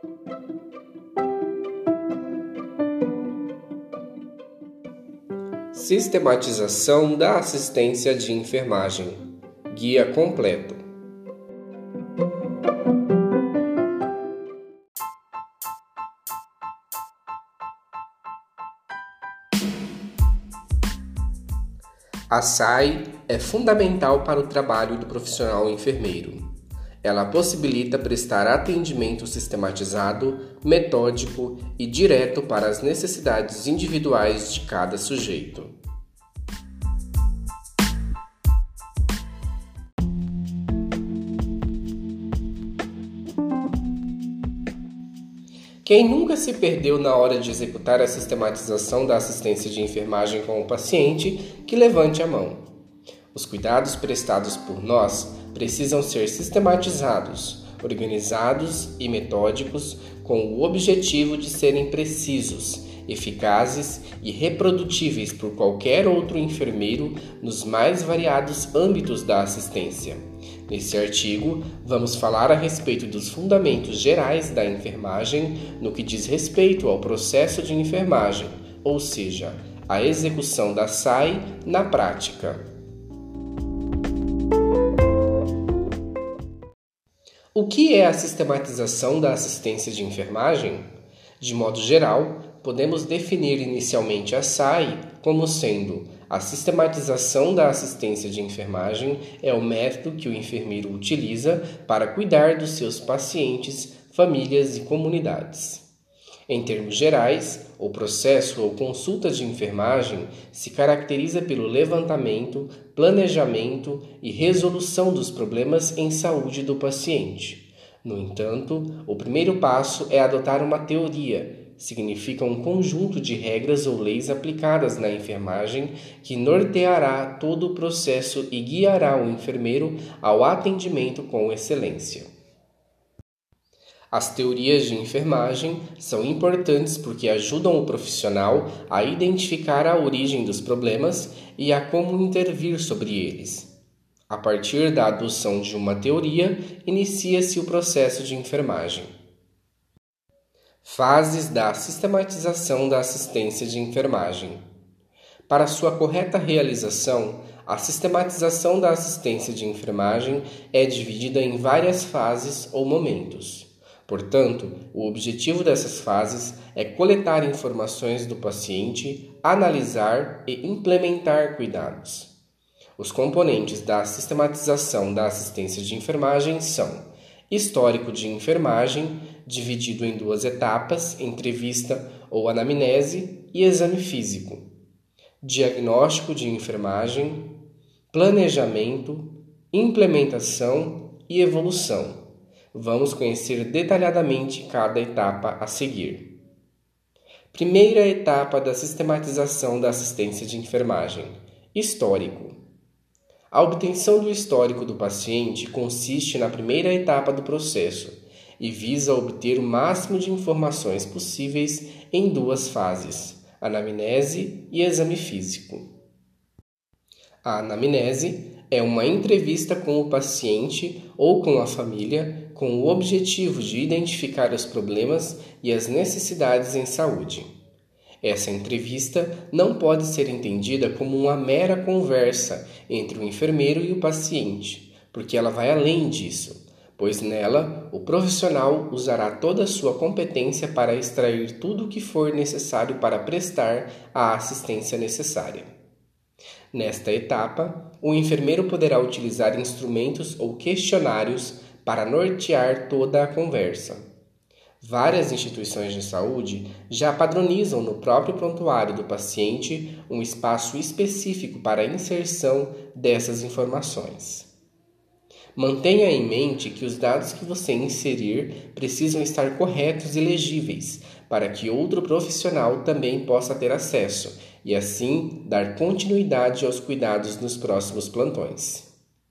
Sistematização da assistência de enfermagem. Guia completo. A SAI é fundamental para o trabalho do profissional enfermeiro. Ela possibilita prestar atendimento sistematizado, metódico e direto para as necessidades individuais de cada sujeito. Quem nunca se perdeu na hora de executar a sistematização da assistência de enfermagem com o paciente, que levante a mão. Os cuidados prestados por nós precisam ser sistematizados, organizados e metódicos com o objetivo de serem precisos, eficazes e reprodutíveis por qualquer outro enfermeiro nos mais variados âmbitos da assistência. Nesse artigo, vamos falar a respeito dos fundamentos gerais da enfermagem no que diz respeito ao processo de enfermagem, ou seja, a execução da SAI na prática. O que é a sistematização da assistência de enfermagem? De modo geral, podemos definir inicialmente a SAI como sendo a sistematização da assistência de enfermagem é o método que o enfermeiro utiliza para cuidar dos seus pacientes, famílias e comunidades. Em termos gerais, o processo ou consulta de enfermagem se caracteriza pelo levantamento, planejamento e resolução dos problemas em saúde do paciente. No entanto, o primeiro passo é adotar uma teoria. Significa um conjunto de regras ou leis aplicadas na enfermagem que norteará todo o processo e guiará o enfermeiro ao atendimento com excelência. As teorias de enfermagem são importantes porque ajudam o profissional a identificar a origem dos problemas e a como intervir sobre eles. A partir da adoção de uma teoria, inicia-se o processo de enfermagem. Fases da sistematização da assistência de enfermagem. Para sua correta realização, a sistematização da assistência de enfermagem é dividida em várias fases ou momentos. Portanto, o objetivo dessas fases é coletar informações do paciente, analisar e implementar cuidados. Os componentes da sistematização da assistência de enfermagem são histórico de enfermagem, dividido em duas etapas, entrevista ou anamnese e exame físico. Diagnóstico de enfermagem, planejamento, implementação e evolução. Vamos conhecer detalhadamente cada etapa a seguir. Primeira etapa da sistematização da assistência de enfermagem: histórico. A obtenção do histórico do paciente consiste na primeira etapa do processo e visa obter o máximo de informações possíveis em duas fases, anamnese e exame físico. A anamnese é uma entrevista com o paciente ou com a família com o objetivo de identificar os problemas e as necessidades em saúde. Essa entrevista não pode ser entendida como uma mera conversa entre o enfermeiro e o paciente, porque ela vai além disso, pois nela o profissional usará toda a sua competência para extrair tudo o que for necessário para prestar a assistência necessária. Nesta etapa, o enfermeiro poderá utilizar instrumentos ou questionários para nortear toda a conversa. Várias instituições de saúde já padronizam no próprio prontuário do paciente um espaço específico para a inserção dessas informações. Mantenha em mente que os dados que você inserir precisam estar corretos e legíveis para que outro profissional também possa ter acesso e, assim, dar continuidade aos cuidados nos próximos plantões.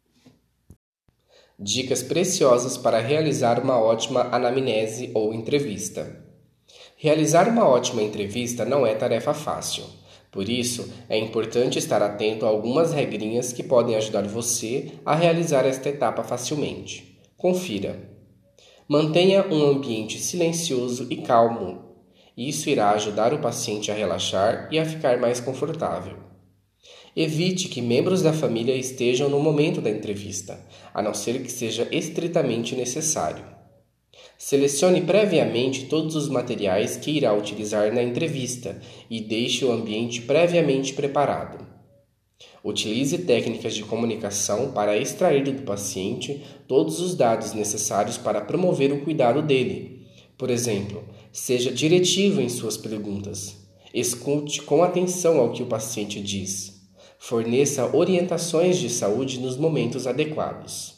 Dicas preciosas para realizar uma ótima anamnese ou entrevista. Realizar uma ótima entrevista não é tarefa fácil. Por isso, é importante estar atento a algumas regrinhas que podem ajudar você a realizar esta etapa facilmente. Confira. Mantenha um ambiente silencioso e calmo. Isso irá ajudar o paciente a relaxar e a ficar mais confortável. Evite que membros da família estejam no momento da entrevista, a não ser que seja estritamente necessário. Selecione previamente todos os materiais que irá utilizar na entrevista e deixe o ambiente previamente preparado. Utilize técnicas de comunicação para extrair do paciente todos os dados necessários para promover o cuidado dele. Por exemplo, seja diretivo em suas perguntas. Escute com atenção ao que o paciente diz. Forneça orientações de saúde nos momentos adequados.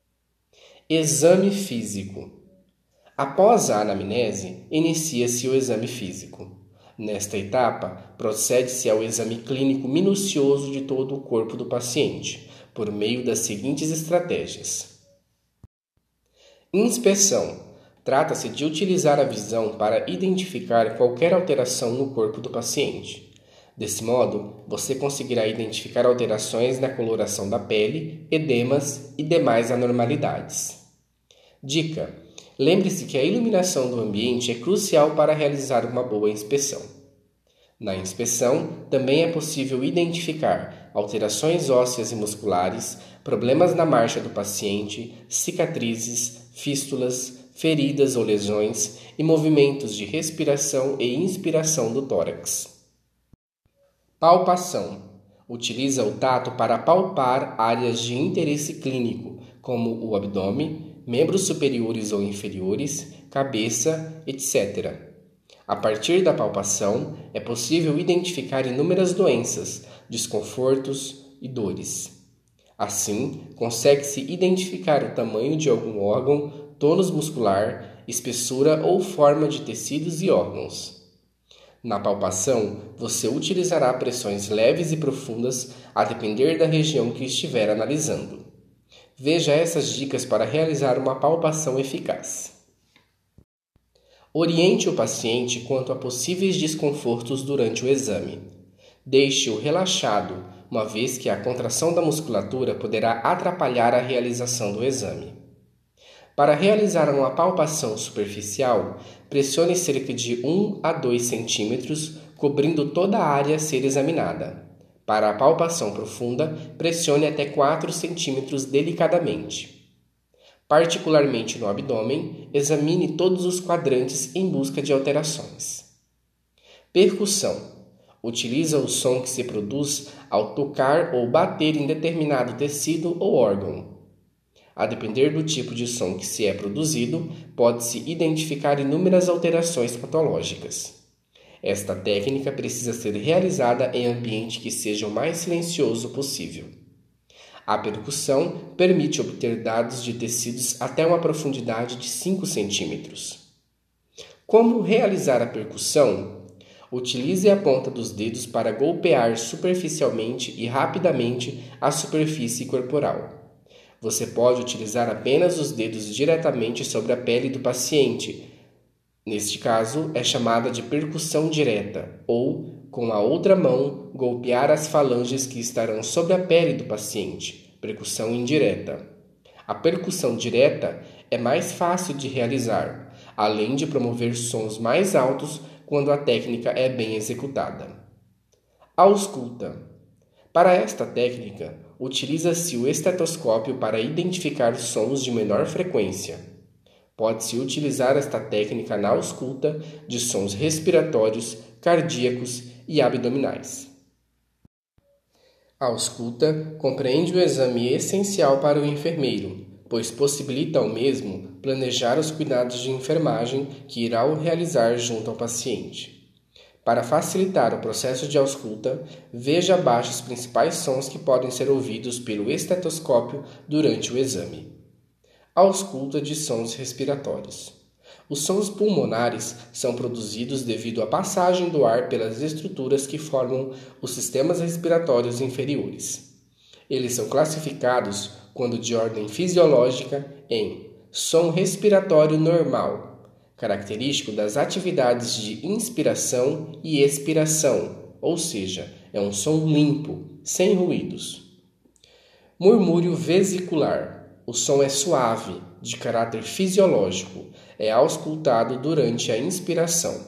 Exame físico. Após a anamnese, inicia-se o exame físico. Nesta etapa, procede-se ao exame clínico minucioso de todo o corpo do paciente, por meio das seguintes estratégias. Inspeção. Trata-se de utilizar a visão para identificar qualquer alteração no corpo do paciente. Desse modo, você conseguirá identificar alterações na coloração da pele, edemas e demais anormalidades. Dica: lembre-se que a iluminação do ambiente é crucial para realizar uma boa inspeção. Na inspeção, também é possível identificar alterações ósseas e musculares, problemas na marcha do paciente, cicatrizes, fístulas, feridas ou lesões e movimentos de respiração e inspiração do tórax. Palpação. Utiliza o tato para palpar áreas de interesse clínico, como o abdômen, membros superiores ou inferiores, cabeça, etc. A partir da palpação, é possível identificar inúmeras doenças, desconfortos e dores. Assim, consegue-se identificar o tamanho de algum órgão, tônus muscular, espessura ou forma de tecidos e órgãos. Na palpação, você utilizará pressões leves e profundas a depender da região que estiver analisando. Veja essas dicas para realizar uma palpação eficaz. Oriente o paciente quanto a possíveis desconfortos durante o exame. Deixe-o relaxado, uma vez que a contração da musculatura poderá atrapalhar a realização do exame. Para realizar uma palpação superficial, pressione cerca de 1 a 2 centímetros, cobrindo toda a área a ser examinada. Para a palpação profunda, pressione até 4 centímetros delicadamente. Particularmente no abdômen, examine todos os quadrantes em busca de alterações. Percussão. Utiliza o som que se produz ao tocar ou bater em determinado tecido ou órgão. A depender do tipo de som que se é produzido, pode-se identificar inúmeras alterações patológicas. Esta técnica precisa ser realizada em ambiente que seja o mais silencioso possível. A percussão permite obter dados de tecidos até uma profundidade de 5 centímetros. Como realizar a percussão? Utilize a ponta dos dedos para golpear superficialmente e rapidamente a superfície corporal. Você pode utilizar apenas os dedos diretamente sobre a pele do paciente. Neste caso, é chamada de percussão direta, ou, com a outra mão, golpear as falanges que estarão sobre a pele do paciente, percussão indireta. A percussão direta é mais fácil de realizar, além de promover sons mais altos quando a técnica é bem executada. Ausculta. Para esta técnica, utiliza-se o estetoscópio para identificar sons de menor frequência. Pode-se utilizar esta técnica na ausculta de sons respiratórios, cardíacos e abdominais. A ausculta compreende o exame essencial para o enfermeiro, pois possibilita ao mesmo planejar os cuidados de enfermagem que irá realizar junto ao paciente. Para facilitar o processo de ausculta, veja abaixo os principais sons que podem ser ouvidos pelo estetoscópio durante o exame. Ausculta de sons respiratórios. Os sons pulmonares são produzidos devido à passagem do ar pelas estruturas que formam os sistemas respiratórios inferiores. Eles são classificados, quando de ordem fisiológica, em som respiratório normal, característico das atividades de inspiração e expiração, ou seja, é um som limpo, sem ruídos. Murmúrio vesicular. O som é suave, de caráter fisiológico, é auscultado durante a inspiração.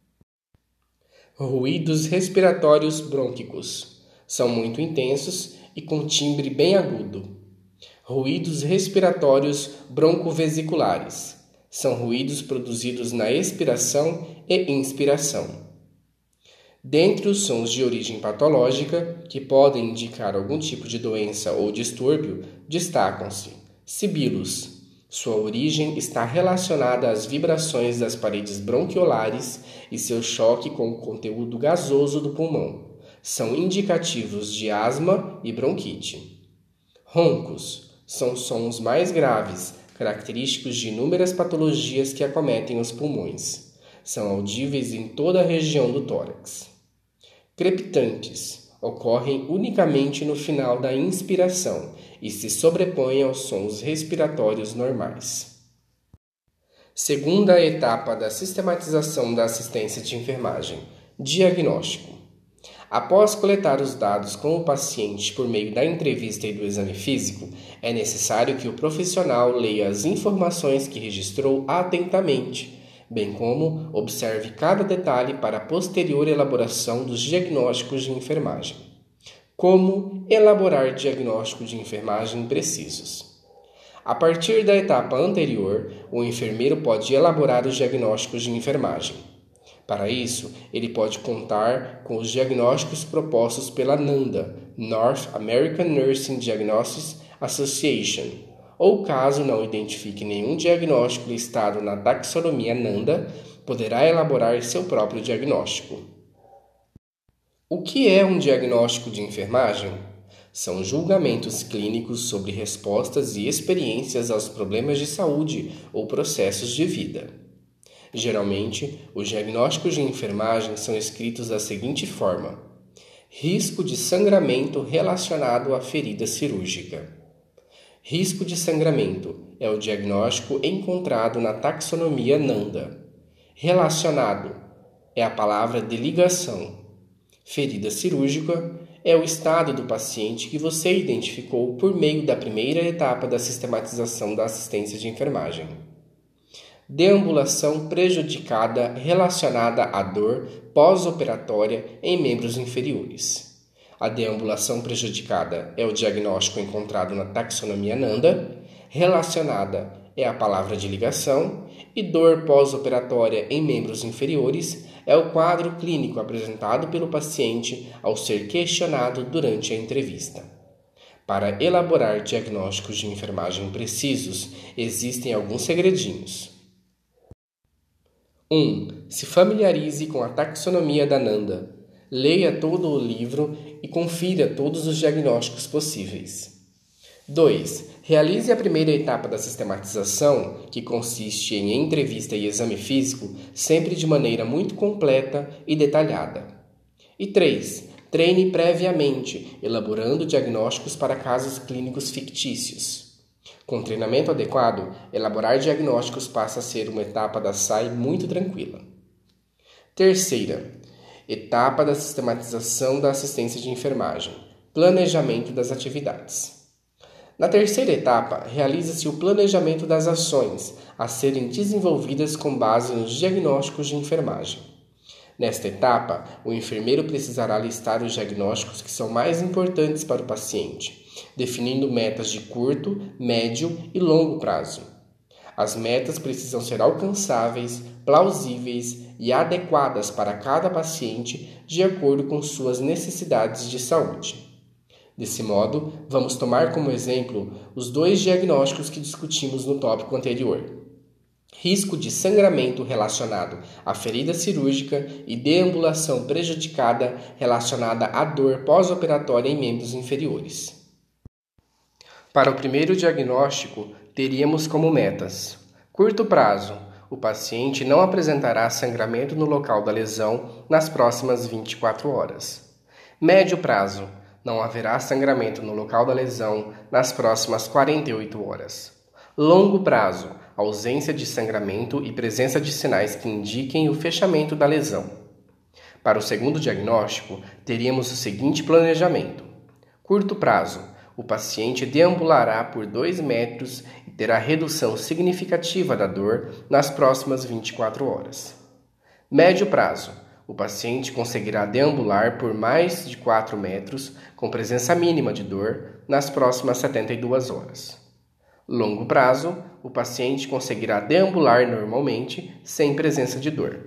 Ruídos respiratórios brônquicos. São muito intensos e com timbre bem agudo. Ruídos respiratórios broncovesiculares. São ruídos produzidos na expiração e inspiração. Dentre os sons de origem patológica, que podem indicar algum tipo de doença ou distúrbio, destacam-se sibilos. Sua origem está relacionada às vibrações das paredes bronquiolares e seu choque com o conteúdo gasoso do pulmão. São indicativos de asma e bronquite. Roncos são sons mais graves, característicos de inúmeras patologias que acometem os pulmões. São audíveis em toda a região do tórax. Crepitantes ocorrem unicamente no final da inspiração e se sobrepõem aos sons respiratórios normais. Segunda etapa da sistematização da assistência de enfermagem: diagnóstico. Após coletar os dados com o paciente por meio da entrevista e do exame físico, é necessário que o profissional leia as informações que registrou atentamente, bem como observe cada detalhe para a posterior elaboração dos diagnósticos de enfermagem. Como elaborar diagnósticos de enfermagem precisos? A partir da etapa anterior, o enfermeiro pode elaborar os diagnósticos de enfermagem. Para isso, ele pode contar com os diagnósticos propostos pela NANDA, North American Nursing Diagnostics Association, ou caso não identifique nenhum diagnóstico listado na taxonomia NANDA, poderá elaborar seu próprio diagnóstico. O que é um diagnóstico de enfermagem? São julgamentos clínicos sobre respostas e experiências aos problemas de saúde ou processos de vida. Geralmente, os diagnósticos de enfermagem são escritos da seguinte forma: risco de sangramento relacionado à ferida cirúrgica. Risco de sangramento é o diagnóstico encontrado na taxonomia NANDA. Relacionado é a palavra de ligação. Ferida cirúrgica é o estado do paciente que você identificou por meio da primeira etapa da sistematização da assistência de enfermagem. Deambulação prejudicada relacionada à dor pós-operatória em membros inferiores. A deambulação prejudicada é o diagnóstico encontrado na taxonomia NANDA, relacionada é a palavra de ligação e dor pós-operatória em membros inferiores é o quadro clínico apresentado pelo paciente ao ser questionado durante a entrevista. Para elaborar diagnósticos de enfermagem precisos, existem alguns segredinhos. 1. Se familiarize com a taxonomia da NANDA. Leia todo o livro e confira todos os diagnósticos possíveis. 2. Realize a primeira etapa da sistematização, que consiste em entrevista e exame físico, sempre de maneira muito completa e detalhada. E 3. Treine previamente, elaborando diagnósticos para casos clínicos fictícios. Com treinamento adequado, elaborar diagnósticos passa a ser uma etapa da SAI muito tranquila. Terceira etapa da sistematização da assistência de enfermagem: planejamento das atividades. Na terceira etapa, realiza-se o planejamento das ações a serem desenvolvidas com base nos diagnósticos de enfermagem. Nesta etapa, o enfermeiro precisará listar os diagnósticos que são mais importantes para o paciente, definindo metas de curto, médio e longo prazo. As metas precisam ser alcançáveis, plausíveis e adequadas para cada paciente de acordo com suas necessidades de saúde. Desse modo, vamos tomar como exemplo os dois diagnósticos que discutimos no tópico anterior: risco de sangramento relacionado à ferida cirúrgica e deambulação prejudicada relacionada à dor pós-operatória em membros inferiores. Para o primeiro diagnóstico, teríamos como metas: curto prazo, o paciente não apresentará sangramento no local da lesão nas próximas 24 horas. Médio prazo, não haverá sangramento no local da lesão nas próximas 48 horas. Longo prazo, ausência de sangramento e presença de sinais que indiquem o fechamento da lesão. Para o segundo diagnóstico, teríamos o seguinte planejamento: curto prazo, o paciente deambulará por 2 metros e terá redução significativa da dor nas próximas 24 horas. Médio prazo. O paciente conseguirá deambular por mais de 4 metros com presença mínima de dor nas próximas 72 horas. Longo prazo. O paciente conseguirá deambular normalmente sem presença de dor.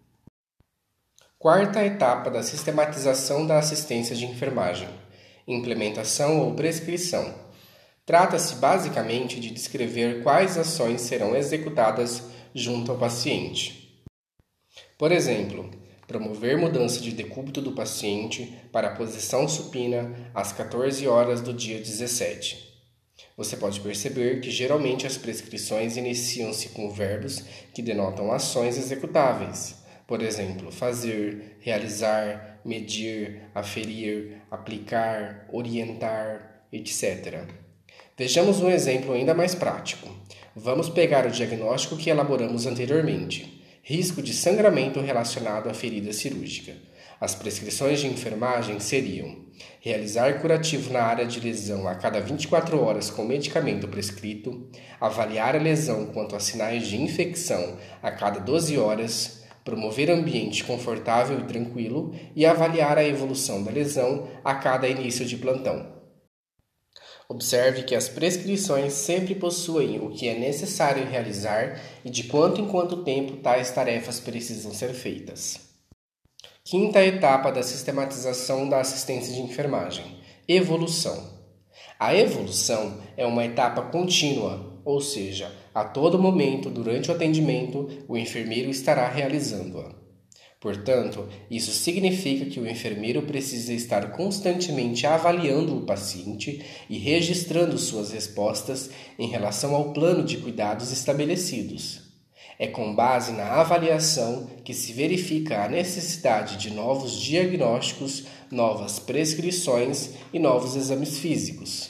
Quarta etapa da sistematização da assistência de enfermagem: implementação ou prescrição. Trata-se basicamente de descrever quais ações serão executadas junto ao paciente. Por exemplo, promover mudança de decúbito do paciente para a posição supina às 14 horas do dia 17. Você pode perceber que geralmente as prescrições iniciam-se com verbos que denotam ações executáveis. Por exemplo, fazer, realizar, medir, aferir, aplicar, orientar, etc. Vejamos um exemplo ainda mais prático. Vamos pegar o diagnóstico que elaboramos anteriormente: risco de sangramento relacionado à ferida cirúrgica. As prescrições de enfermagem seriam: realizar curativo na área de lesão a cada 24 horas com medicamento prescrito, avaliar a lesão quanto a sinais de infecção a cada 12 horas, promover ambiente confortável e tranquilo e avaliar a evolução da lesão a cada início de plantão. Observe que as prescrições sempre possuem o que é necessário realizar e de quanto em quanto tempo tais tarefas precisam ser feitas. Quinta etapa da sistematização da assistência de enfermagem: evolução. A evolução é uma etapa contínua, ou seja, a todo momento durante o atendimento, o enfermeiro estará realizando-a. Portanto, isso significa que o enfermeiro precisa estar constantemente avaliando o paciente e registrando suas respostas em relação ao plano de cuidados estabelecidos. É com base na avaliação que se verifica a necessidade de novos diagnósticos, novas prescrições e novos exames físicos.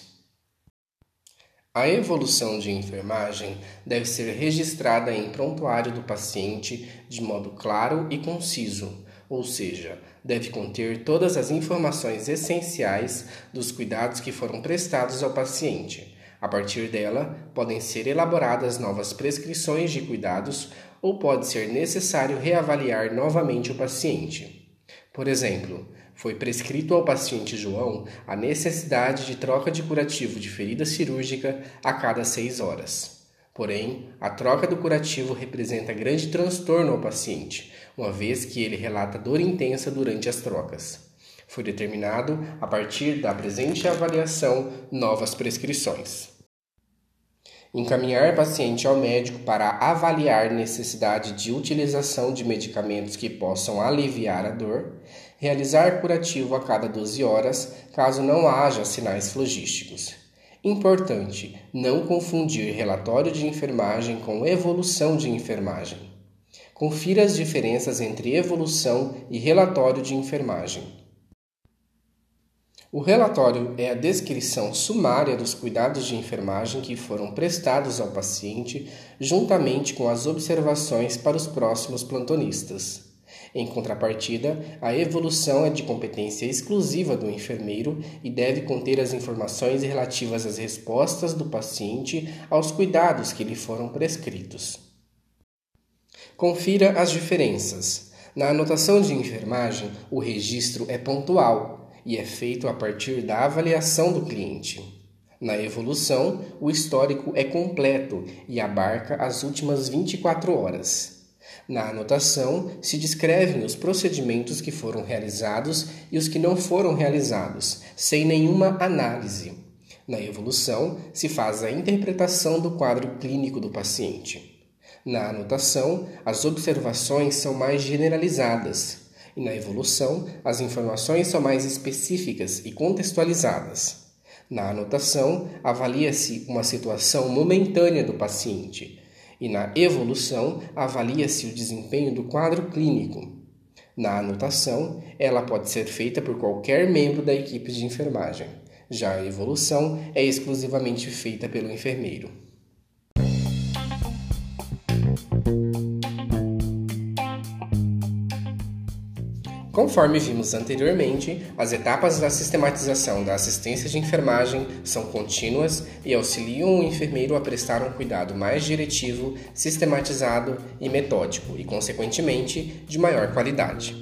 A evolução de enfermagem deve ser registrada em prontuário do paciente de modo claro e conciso, ou seja, deve conter todas as informações essenciais dos cuidados que foram prestados ao paciente. A partir dela, podem ser elaboradas novas prescrições de cuidados ou pode ser necessário reavaliar novamente o paciente. Por exemplo, foi prescrito ao paciente João a necessidade de troca de curativo de ferida cirúrgica a cada 6 horas. Porém, a troca do curativo representa grande transtorno ao paciente, uma vez que ele relata dor intensa durante as trocas. Foi determinado, a partir da presente avaliação, novas prescrições. Encaminhar paciente ao médico para avaliar necessidade de utilização de medicamentos que possam aliviar a dor, realizar curativo a cada 12 horas, caso não haja sinais flogísticos. Importante, não confundir relatório de enfermagem com evolução de enfermagem. Confira as diferenças entre evolução e relatório de enfermagem. O relatório é a descrição sumária dos cuidados de enfermagem que foram prestados ao paciente, juntamente com as observações para os próximos plantonistas. Em contrapartida, a evolução é de competência exclusiva do enfermeiro e deve conter as informações relativas às respostas do paciente aos cuidados que lhe foram prescritos. Confira as diferenças. Na anotação de enfermagem, o registro é pontual e é feito a partir da avaliação do cliente. Na evolução, o histórico é completo e abarca as últimas 24 horas. Na anotação, se descrevem os procedimentos que foram realizados e os que não foram realizados, sem nenhuma análise. Na evolução, se faz a interpretação do quadro clínico do paciente. Na anotação, as observações são mais generalizadas. E na evolução, as informações são mais específicas e contextualizadas. Na anotação, avalia-se uma situação momentânea do paciente. E na evolução, avalia-se o desempenho do quadro clínico. Na anotação, ela pode ser feita por qualquer membro da equipe de enfermagem. Já a evolução é exclusivamente feita pelo enfermeiro. Conforme vimos anteriormente, as etapas da sistematização da assistência de enfermagem são contínuas e auxiliam o enfermeiro a prestar um cuidado mais diretivo, sistematizado e metódico e, consequentemente, de maior qualidade.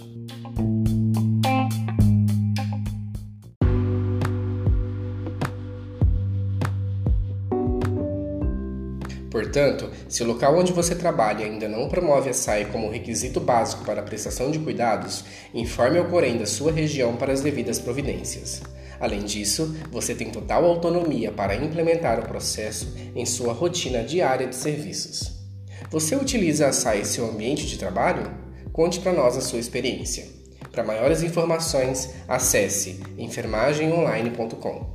Portanto, se o local onde você trabalha ainda não promove a SAI como requisito básico para a prestação de cuidados, informe ao Corém da sua região para as devidas providências. Além disso, você tem total autonomia para implementar o processo em sua rotina diária de serviços. Você utiliza a SAI em seu ambiente de trabalho? Conte para nós a sua experiência. Para maiores informações, acesse enfermagemonline.com.